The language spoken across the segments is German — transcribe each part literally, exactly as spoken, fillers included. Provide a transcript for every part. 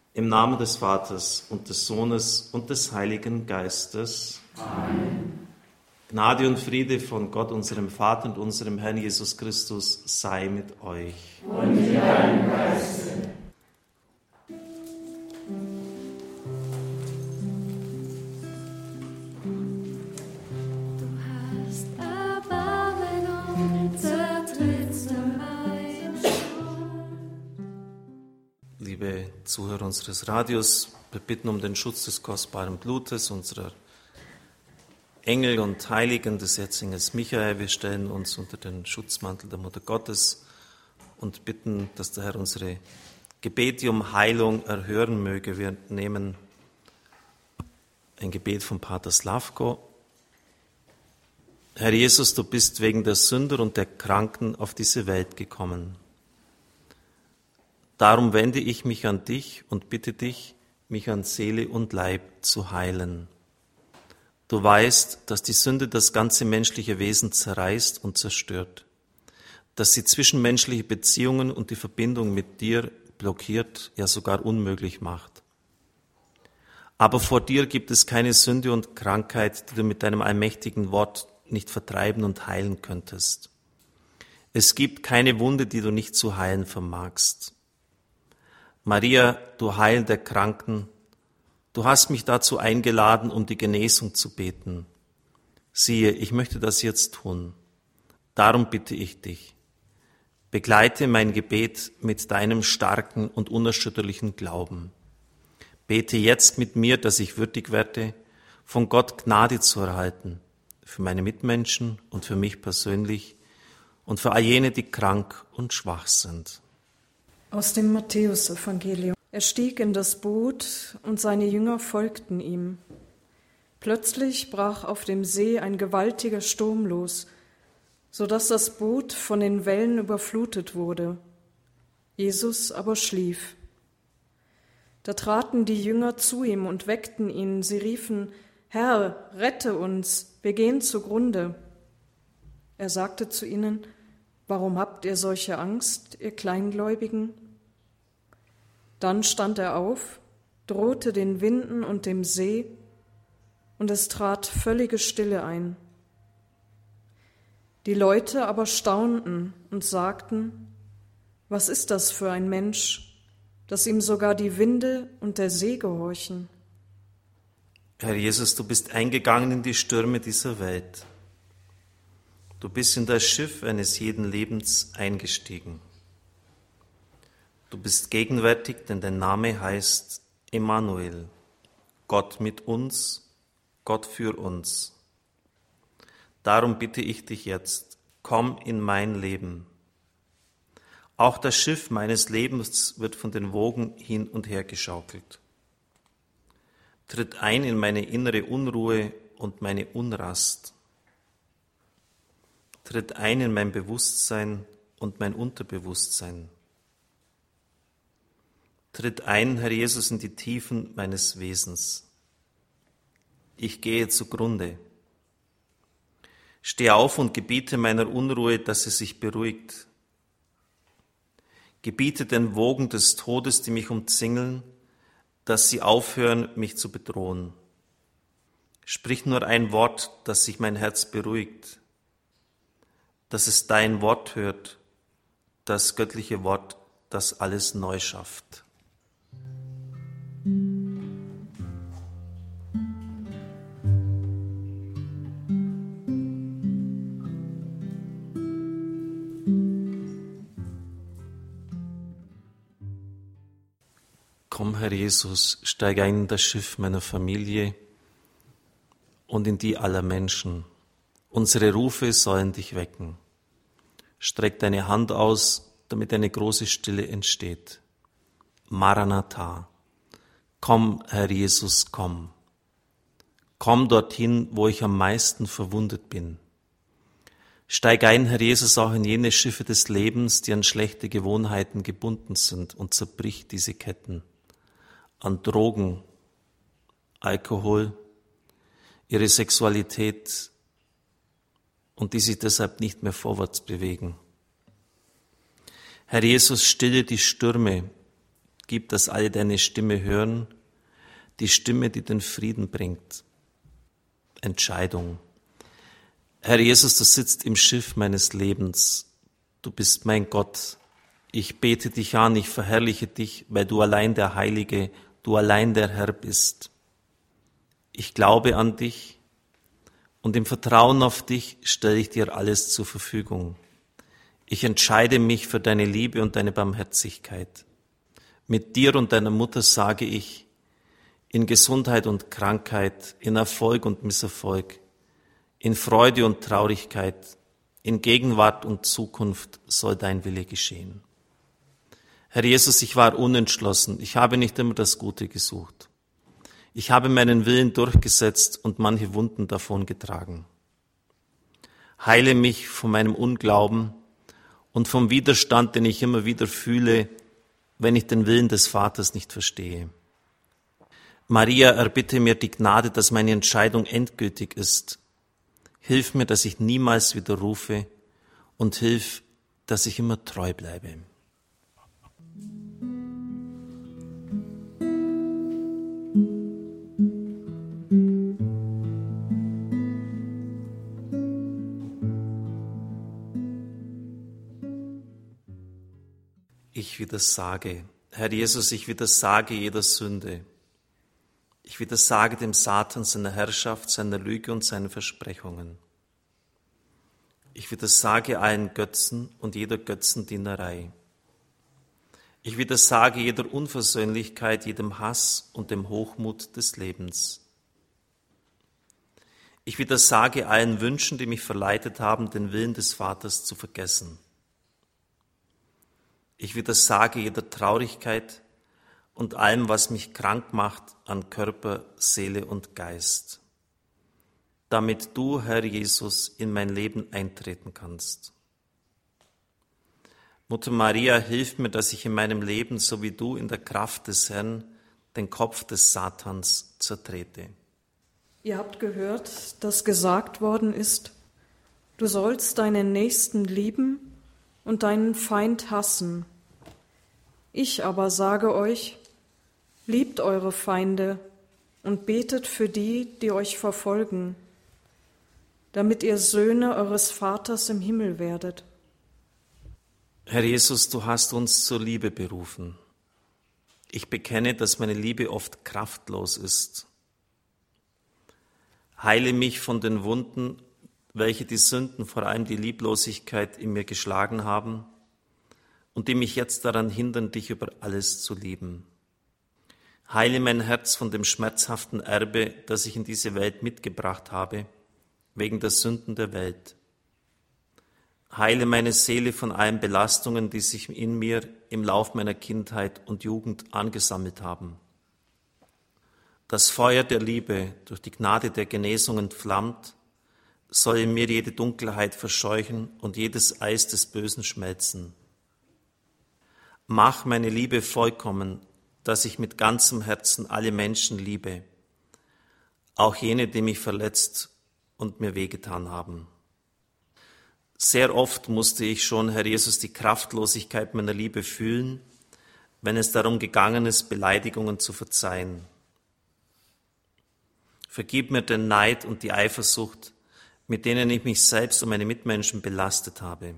Im Namen des Vaters und des Sohnes und des Heiligen Geistes. Amen. Gnade und Friede von Gott, unserem Vater und unserem Herrn Jesus Christus, sei mit euch. Und mit deinem Geiste. Liebe Zuhörer unseres Radios, wir bitten um den Schutz des kostbaren Blutes unserer Engel und Heiligen des Erzengels Michael. Wir stellen uns unter den Schutzmantel der Mutter Gottes und bitten, dass der Herr unsere Gebete um Heilung erhören möge. Wir nehmen ein Gebet von Pater Slavko. Herr Jesus, du bist wegen der Sünder und der Kranken auf diese Welt gekommen. Darum wende ich mich an dich und bitte dich, mich an Seele und Leib zu heilen. Du weißt, dass die Sünde das ganze menschliche Wesen zerreißt und zerstört, dass sie zwischenmenschliche Beziehungen und die Verbindung mit dir blockiert, ja sogar unmöglich macht. Aber vor dir gibt es keine Sünde und Krankheit, die du mit deinem allmächtigen Wort nicht vertreiben und heilen könntest. Es gibt keine Wunde, die du nicht zu heilen vermagst. Maria, du Heil der Kranken, du hast mich dazu eingeladen, um die Genesung zu beten. Siehe, ich möchte das jetzt tun. Darum bitte ich dich. Begleite mein Gebet mit deinem starken und unerschütterlichen Glauben. Bete jetzt mit mir, dass ich würdig werde, von Gott Gnade zu erhalten, für meine Mitmenschen und für mich persönlich und für all jene, die krank und schwach sind. Aus dem Matthäusevangelium. Er stieg in das Boot und seine Jünger folgten ihm. Plötzlich brach auf dem See ein gewaltiger Sturm los, so dass das Boot von den Wellen überflutet wurde. Jesus aber schlief. Da traten die Jünger zu ihm und weckten ihn. Sie riefen: Herr, rette uns, wir gehen zugrunde. Er sagte zu ihnen: Warum habt ihr solche Angst, ihr Kleingläubigen? Dann stand er auf, drohte den Winden und dem See, und es trat völlige Stille ein. Die Leute aber staunten und sagten: Was ist das für ein Mensch, dass ihm sogar die Winde und der See gehorchen? Herr Jesus, du bist eingegangen in die Stürme dieser Welt. Du bist in das Schiff eines jeden Lebens eingestiegen. Du bist gegenwärtig, denn dein Name heißt Emmanuel, Gott mit uns, Gott für uns. Darum bitte ich dich jetzt, komm in mein Leben. Auch das Schiff meines Lebens wird von den Wogen hin und her geschaukelt. Tritt ein in meine innere Unruhe und meine Unrast. Tritt ein in mein Bewusstsein und mein Unterbewusstsein. Tritt ein, Herr Jesus, in die Tiefen meines Wesens. Ich gehe zugrunde. Steh auf und gebiete meiner Unruhe, dass sie sich beruhigt. Gebiete den Wogen des Todes, die mich umzingeln, dass sie aufhören, mich zu bedrohen. Sprich nur ein Wort, dass sich mein Herz beruhigt, dass es dein Wort hört, das göttliche Wort, das alles neu schafft. Komm, Herr Jesus, steig ein in das Schiff meiner Familie und in die aller Menschen. Unsere Rufe sollen dich wecken. Streck deine Hand aus, damit eine große Stille entsteht. Maranatha. Komm, Herr Jesus, komm. Komm dorthin, wo ich am meisten verwundet bin. Steig ein, Herr Jesus, auch in jene Schiffe des Lebens, die an schlechte Gewohnheiten gebunden sind, und zerbrich diese Ketten. An Drogen, Alkohol, ihre Sexualität, und die sich deshalb nicht mehr vorwärts bewegen. Herr Jesus, stille die Stürme, gib, dass alle deine Stimme hören, die Stimme, die den Frieden bringt. Entscheidung. Herr Jesus, du sitzt im Schiff meines Lebens. Du bist mein Gott. Ich bete dich an, ich verherrliche dich, weil du allein der Heilige, du allein der Herr bist. Ich glaube an dich und im Vertrauen auf dich stelle ich dir alles zur Verfügung. Ich entscheide mich für deine Liebe und deine Barmherzigkeit. Mit dir und deiner Mutter sage ich, in Gesundheit und Krankheit, in Erfolg und Misserfolg, in Freude und Traurigkeit, in Gegenwart und Zukunft soll dein Wille geschehen. Herr Jesus, ich war unentschlossen, ich habe nicht immer das Gute gesucht. Ich habe meinen Willen durchgesetzt und manche Wunden davongetragen. Heile mich von meinem Unglauben und vom Widerstand, den ich immer wieder fühle, wenn ich den Willen des Vaters nicht verstehe. Maria, erbitte mir die Gnade, dass meine Entscheidung endgültig ist. Hilf mir, dass ich niemals widerrufe und hilf, dass ich immer treu bleibe. Ich widersage, Herr Jesus, ich widersage jeder Sünde. Ich widersage dem Satan seiner Herrschaft, seiner Lüge und seinen Versprechungen. Ich widersage allen Götzen und jeder Götzendienerei. Ich widersage jeder Unversöhnlichkeit, jedem Hass und dem Hochmut des Lebens. Ich widersage allen Wünschen, die mich verleitet haben, den Willen des Vaters zu vergessen. Ich widersage jeder Traurigkeit und allem, was mich krank macht an Körper, Seele und Geist, damit du, Herr Jesus, in mein Leben eintreten kannst. Mutter Maria, hilf mir, dass ich in meinem Leben, so wie du, in der Kraft des Herrn, den Kopf des Satans zertrete. Ihr habt gehört, dass gesagt worden ist, du sollst deinen Nächsten lieben und deinen Feind hassen. Ich aber sage euch, liebt eure Feinde und betet für die, die euch verfolgen, damit ihr Söhne eures Vaters im Himmel werdet. Herr Jesus, du hast uns zur Liebe berufen. Ich bekenne, dass meine Liebe oft kraftlos ist. Heile mich von den Wunden, welche die Sünden, vor allem die Lieblosigkeit, in mir geschlagen haben und die mich jetzt daran hindern, dich über alles zu lieben. Heile mein Herz von dem schmerzhaften Erbe, das ich in diese Welt mitgebracht habe, wegen der Sünden der Welt. Heile meine Seele von allen Belastungen, die sich in mir im Lauf meiner Kindheit und Jugend angesammelt haben. Das Feuer der Liebe durch die Gnade der Genesung entflammt, soll in mir jede Dunkelheit verscheuchen und jedes Eis des Bösen schmelzen. Mach meine Liebe vollkommen, dass ich mit ganzem Herzen alle Menschen liebe, auch jene, die mich verletzt und mir wehgetan haben. Sehr oft musste ich schon, Herr Jesus, die Kraftlosigkeit meiner Liebe fühlen, wenn es darum gegangen ist, Beleidigungen zu verzeihen. Vergib mir den Neid und die Eifersucht, mit denen ich mich selbst und meine Mitmenschen belastet habe.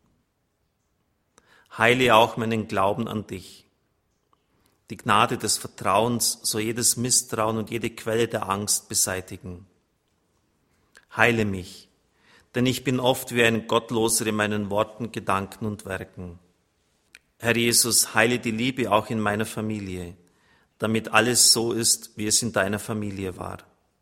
Heile auch meinen Glauben an dich. Die Gnade des Vertrauens soll jedes Misstrauen und jede Quelle der Angst beseitigen. Heile mich, denn ich bin oft wie ein Gottloser in meinen Worten, Gedanken und Werken. Herr Jesus, heile die Liebe auch in meiner Familie, damit alles so ist, wie es in deiner Familie war.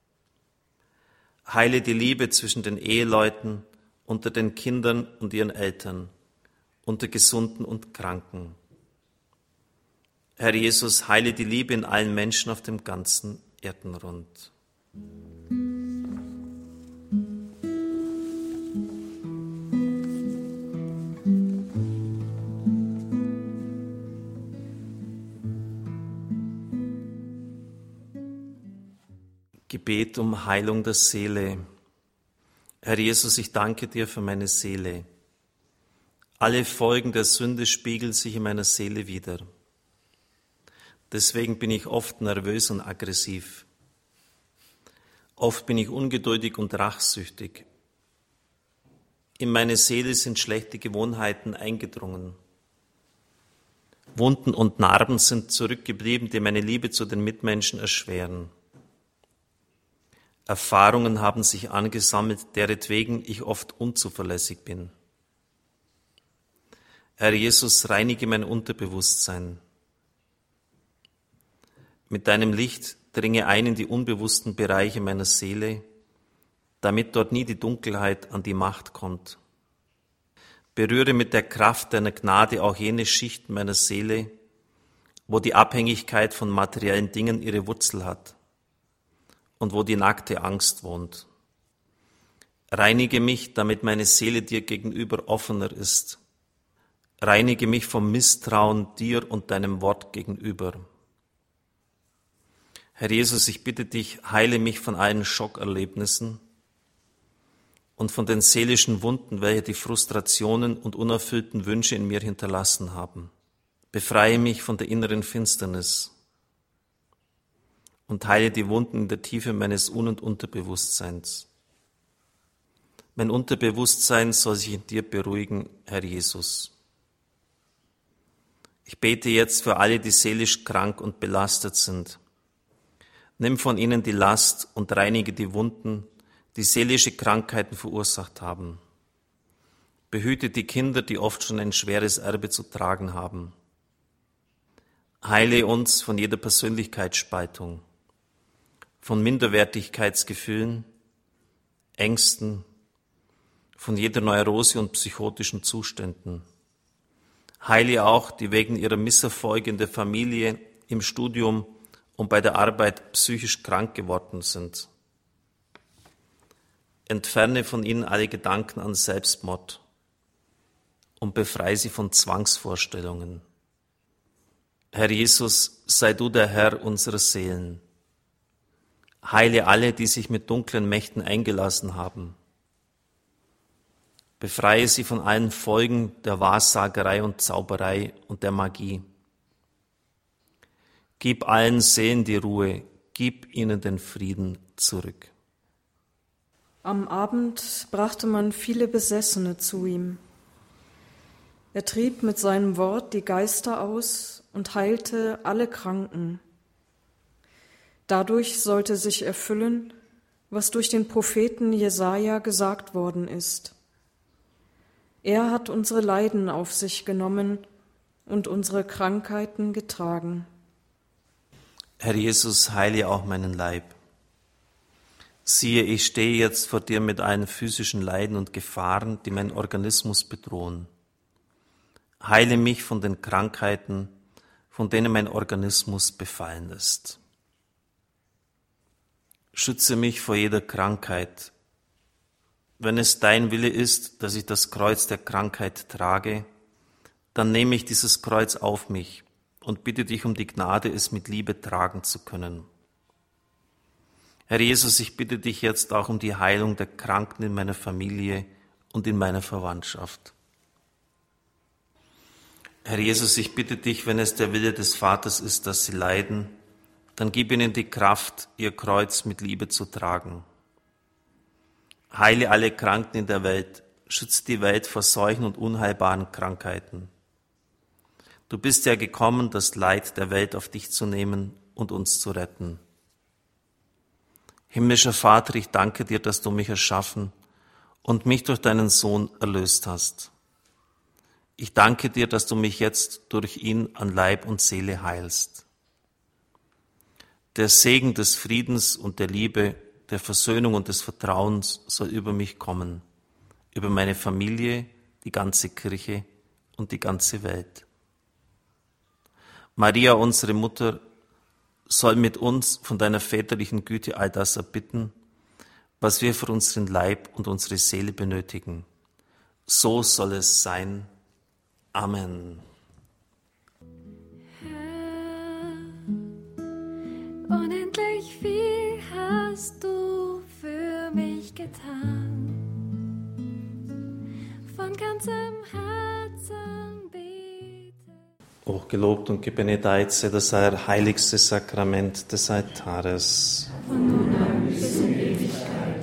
Heile die Liebe zwischen den Eheleuten, unter den Kindern und ihren Eltern, unter Gesunden und Kranken. Herr Jesus, heile die Liebe in allen Menschen auf dem ganzen Erdenrund. Gebet um Heilung der Seele. Herr Jesus, ich danke dir für meine Seele. Alle Folgen der Sünde spiegeln sich in meiner Seele wider. Deswegen bin ich oft nervös und aggressiv. Oft bin ich ungeduldig und rachsüchtig. In meine Seele sind schlechte Gewohnheiten eingedrungen. Wunden und Narben sind zurückgeblieben, die meine Liebe zu den Mitmenschen erschweren. Erfahrungen haben sich angesammelt, deretwegen ich oft unzuverlässig bin. Herr Jesus, reinige mein Unterbewusstsein. Mit deinem Licht dringe ein in die unbewussten Bereiche meiner Seele, damit dort nie die Dunkelheit an die Macht kommt. Berühre mit der Kraft deiner Gnade auch jene Schichten meiner Seele, wo die Abhängigkeit von materiellen Dingen ihre Wurzel hat und wo die nackte Angst wohnt. Reinige mich, damit meine Seele dir gegenüber offener ist. Reinige mich vom Misstrauen dir und deinem Wort gegenüber. Herr Jesus, ich bitte dich, heile mich von allen Schockerlebnissen und von den seelischen Wunden, welche die Frustrationen und unerfüllten Wünsche in mir hinterlassen haben. Befreie mich von der inneren Finsternis und heile die Wunden in der Tiefe meines Un- und Unterbewusstseins. Mein Unterbewusstsein soll sich in dir beruhigen, Herr Jesus. Ich bete jetzt für alle, die seelisch krank und belastet sind. Nimm von ihnen die Last und reinige die Wunden, die seelische Krankheiten verursacht haben. Behüte die Kinder, die oft schon ein schweres Erbe zu tragen haben. Heile uns von jeder Persönlichkeitsspaltung, von Minderwertigkeitsgefühlen, Ängsten, von jeder Neurose und psychotischen Zuständen. Heile auch, die wegen ihrer Misserfolge in der Familie, im Studium und bei der Arbeit psychisch krank geworden sind. Entferne von ihnen alle Gedanken an Selbstmord und befreie sie von Zwangsvorstellungen. Herr Jesus, sei du der Herr unserer Seelen. Heile alle, die sich mit dunklen Mächten eingelassen haben. Befreie sie von allen Folgen der Wahrsagerei und Zauberei und der Magie. Gib allen Seelen die Ruhe, gib ihnen den Frieden zurück. Am Abend brachte man viele Besessene zu ihm. Er trieb mit seinem Wort die Geister aus und heilte alle Kranken. Dadurch sollte sich erfüllen, was durch den Propheten Jesaja gesagt worden ist. Er hat unsere Leiden auf sich genommen und unsere Krankheiten getragen. Herr Jesus, heile auch meinen Leib. Siehe, ich stehe jetzt vor dir mit allen physischen Leiden und Gefahren, die meinen Organismus bedrohen. Heile mich von den Krankheiten, von denen mein Organismus befallen ist. Schütze mich vor jeder Krankheit. Wenn es dein Wille ist, dass ich das Kreuz der Krankheit trage, dann nehme ich dieses Kreuz auf mich und bitte dich um die Gnade, es mit Liebe tragen zu können. Herr Jesus, ich bitte dich jetzt auch um die Heilung der Kranken in meiner Familie und in meiner Verwandtschaft. Herr Jesus, ich bitte dich, wenn es der Wille des Vaters ist, dass sie leiden, dann gib ihnen die Kraft, ihr Kreuz mit Liebe zu tragen. Heile alle Kranken in der Welt, schütze die Welt vor Seuchen und unheilbaren Krankheiten. Du bist ja gekommen, das Leid der Welt auf dich zu nehmen und uns zu retten. Himmlischer Vater, ich danke dir, dass du mich erschaffen und mich durch deinen Sohn erlöst hast. Ich danke dir, dass du mich jetzt durch ihn an Leib und Seele heilst. Der Segen des Friedens und der Liebe, der Versöhnung und des Vertrauens soll über mich kommen, über meine Familie, die ganze Kirche und die ganze Welt. Maria, unsere Mutter, soll mit uns von deiner väterlichen Güte all das erbitten, was wir für unseren Leib und unsere Seele benötigen. So soll es sein. Amen. Herr, unendlich viel hast du für mich getan. Von ganzem Herzen bete. Hochgelobt und gebenedeit sei das heiligste Sakrament des Altares. Von nun an bis in Ewigkeit.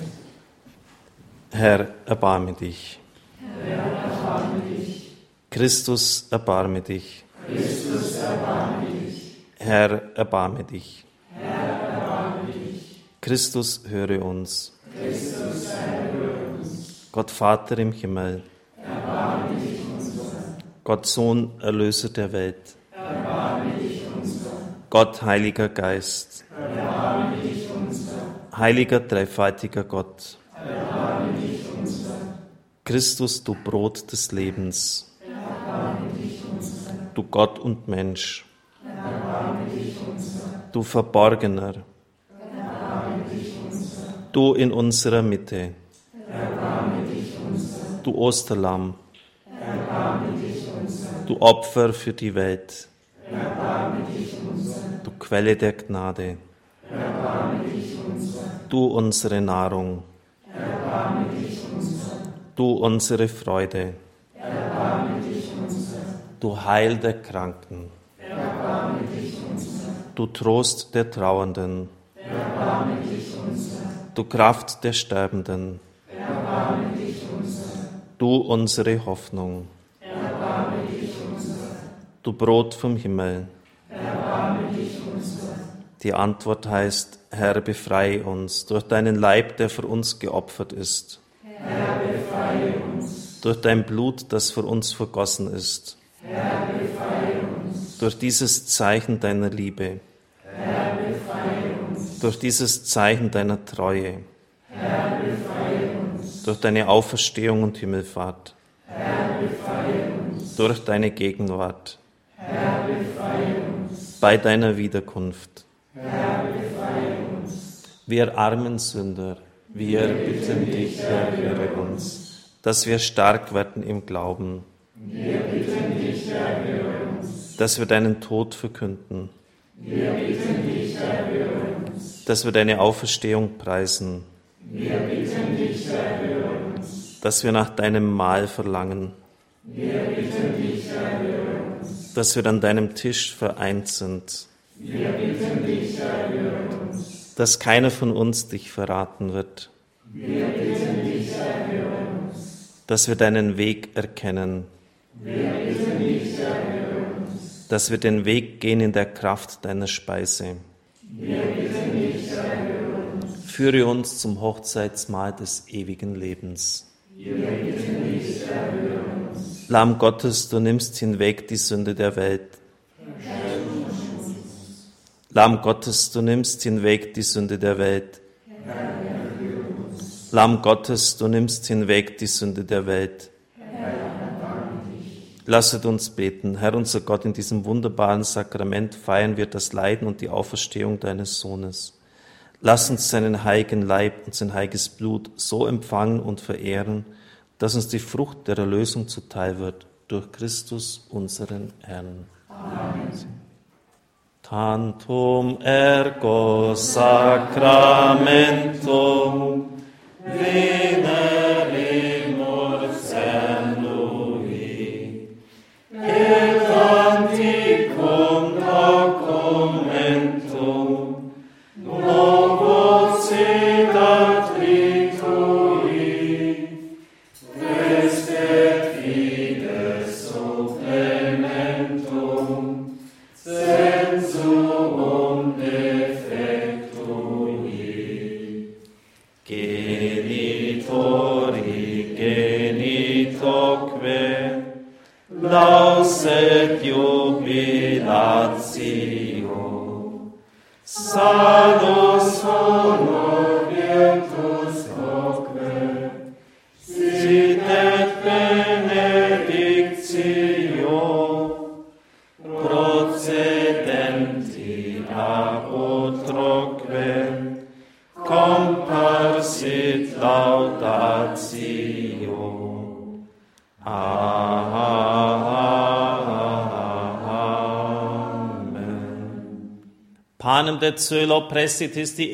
Herr, erbarme dich. Herr, erbarme dich. Christus, erbarme dich. Christus, erbarme dich. Herr, erbarme dich. Herr, erbarme dich. Christus, höre uns. Christus, erhöre uns. Gott Vater im Himmel, Erbarme dich unser. Gott Sohn, Erlöser der Welt, Erbarme dich unser. Gott Heiliger Geist, Erbarme dich unser. Heiliger dreifaltiger Gott, Erbarme dich unser. Christus, du Brot des Lebens, Erbarme dich unser. du Gott und Mensch, Erbarme dich unser. du Verborgener, Erbarme dich unser. du in unserer Mitte, Erbarme dich unser. du Osterlamm, Erbarme dich unser. du Opfer für die Welt, Erbarme dich unser. du Quelle der Gnade, Erbarme dich unser. du unsere Nahrung, Erbarme dich unser. du unsere Freude, Erbarme dich unser. du Heil der Kranken, Erbarme dich unser. du Trost der Trauernden, Erbarme dich unser. du Kraft der Sterbenden, Erbarme dich unser. du unsere Hoffnung, Erbarme dich unser. du Brot vom Himmel. Erbarme dich unser. Die Antwort heißt, Herr, befreie uns durch deinen Leib, der für uns geopfert ist, Herr, befreie uns. durch dein Blut, das für uns vergossen ist, Herr, befreie uns. durch dieses Zeichen deiner Liebe, Herr, befreie uns. durch dieses Zeichen deiner Treue, Herr, befreie uns. durch deine Auferstehung und Himmelfahrt, Herr, befreie uns. durch deine Gegenwart, Herr, befreie uns. bei deiner Wiederkunft. Herr, befreie uns. Wir armen Sünder, wir bitten dich, Herr, höre uns, dass wir stark werden im Glauben, Wir bitten dich, Herr, höre uns. dass wir deinen Tod verkünden, Wir bitten dich, Herr, höre uns. dass wir deine Auferstehung preisen, Wir bitten dich, Herr, höre uns. dass wir nach deinem Mahl verlangen, Wir bitten dich, Herr, höre uns. dass wir an deinem Tisch vereint sind, Wir bitten dich, Herr, höre uns. dass keiner von uns dich verraten wird, Wir bitten dich, Herr, höre uns. dass wir deinen Weg erkennen, Wir bitten dich, Herr, höre uns. dass wir den Weg gehen in der Kraft deiner Speise. Wir bitten dich, Herr, höre uns. Führe uns zum Hochzeitsmahl des ewigen Lebens. Wir bitten dich, Herr, höre uns. Lamm Gottes, du nimmst hinweg die Sünde der Welt. Lamm Gottes, du nimmst hinweg die Sünde der Welt. Lamm Gottes, du nimmst hinweg die Sünde der Welt. Lasset uns beten. Herr unser Gott, in diesem wunderbaren Sakrament feiern wir das Leiden und die Auferstehung deines Sohnes. Lass uns seinen heiligen Leib und sein heiliges Blut so empfangen und verehren, dass uns die Frucht der Erlösung zuteil wird, durch Christus, unseren Herrn. Amen. Tantum ergo sacramentum veneremur cernui, et anticum documentum novo citat ritui, restet fides supplementum, sensuum defectui. Genitori genitoque, lauset jubilatio, salus honor virtus quoque, sit et benedictio, procedenti ab utroque, comparsit laudatio. Amen. Panem de coelo prestitis die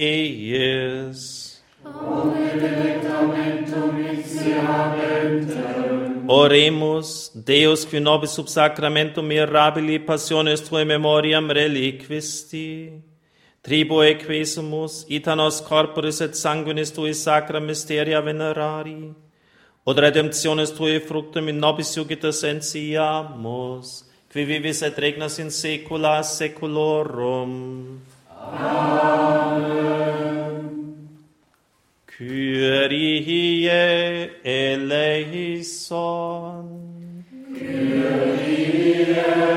eies. Omne delectamentum ixi habentem. Oremus, Deus qui nobis sub sacramentum mirabili passiones tuae memoriam reliquisti, tribue quesumus, ita nos corporis et sanguinis tui sacra mysteria venerari, od redemptionis tui fructum in nobis iugita sentiamus, qui vivis et regnas in saecula saeculorum. Amen. Kyrie eleison. Kyrie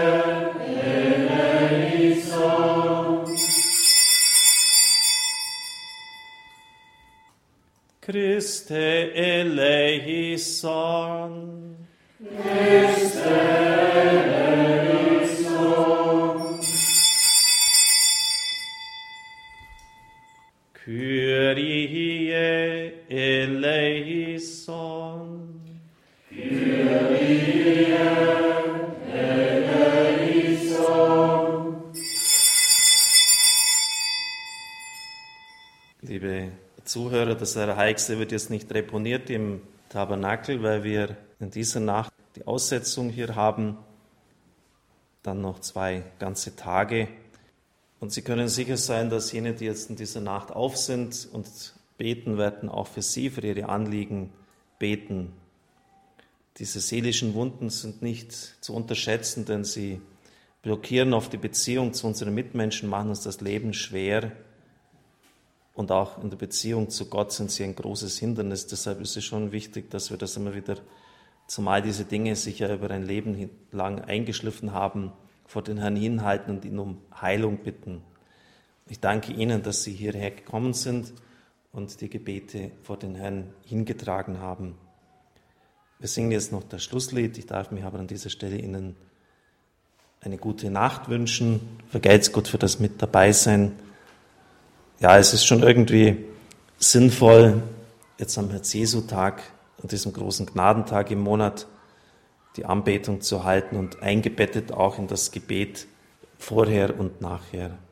eleison. Christe eleison. Christe eleison. Kyrie eleison. Kyrie eleison. Liebe Zuhörer, das Allerheiligste wird jetzt nicht reponiert im Tabernakel, weil wir in dieser Nacht die Aussetzung hier haben, dann noch zwei ganze Tage. Und Sie können sicher sein, dass jene, die jetzt in dieser Nacht auf sind und beten werden, auch für Sie, für Ihre Anliegen beten. Diese seelischen Wunden sind nicht zu unterschätzen, denn sie blockieren oft die Beziehung zu unseren Mitmenschen, machen uns das Leben schwer. Und auch in der Beziehung zu Gott sind sie ein großes Hindernis. Deshalb ist es schon wichtig, dass wir das immer wieder, zumal diese Dinge sich ja über ein Leben lang eingeschliffen haben, vor den Herrn hinhalten und ihn um Heilung bitten. Ich danke Ihnen, dass Sie hierher gekommen sind und die Gebete vor den Herrn hingetragen haben. Wir singen jetzt noch das Schlusslied. Ich darf mich aber an dieser Stelle Ihnen eine gute Nacht wünschen. Vergelt's Gott für das mit dabei sein. Ja, es ist schon irgendwie sinnvoll, jetzt am Herz-Jesu-Tag, an diesem großen Gnadentag im Monat, die Anbetung zu halten und eingebettet auch in das Gebet vorher und nachher.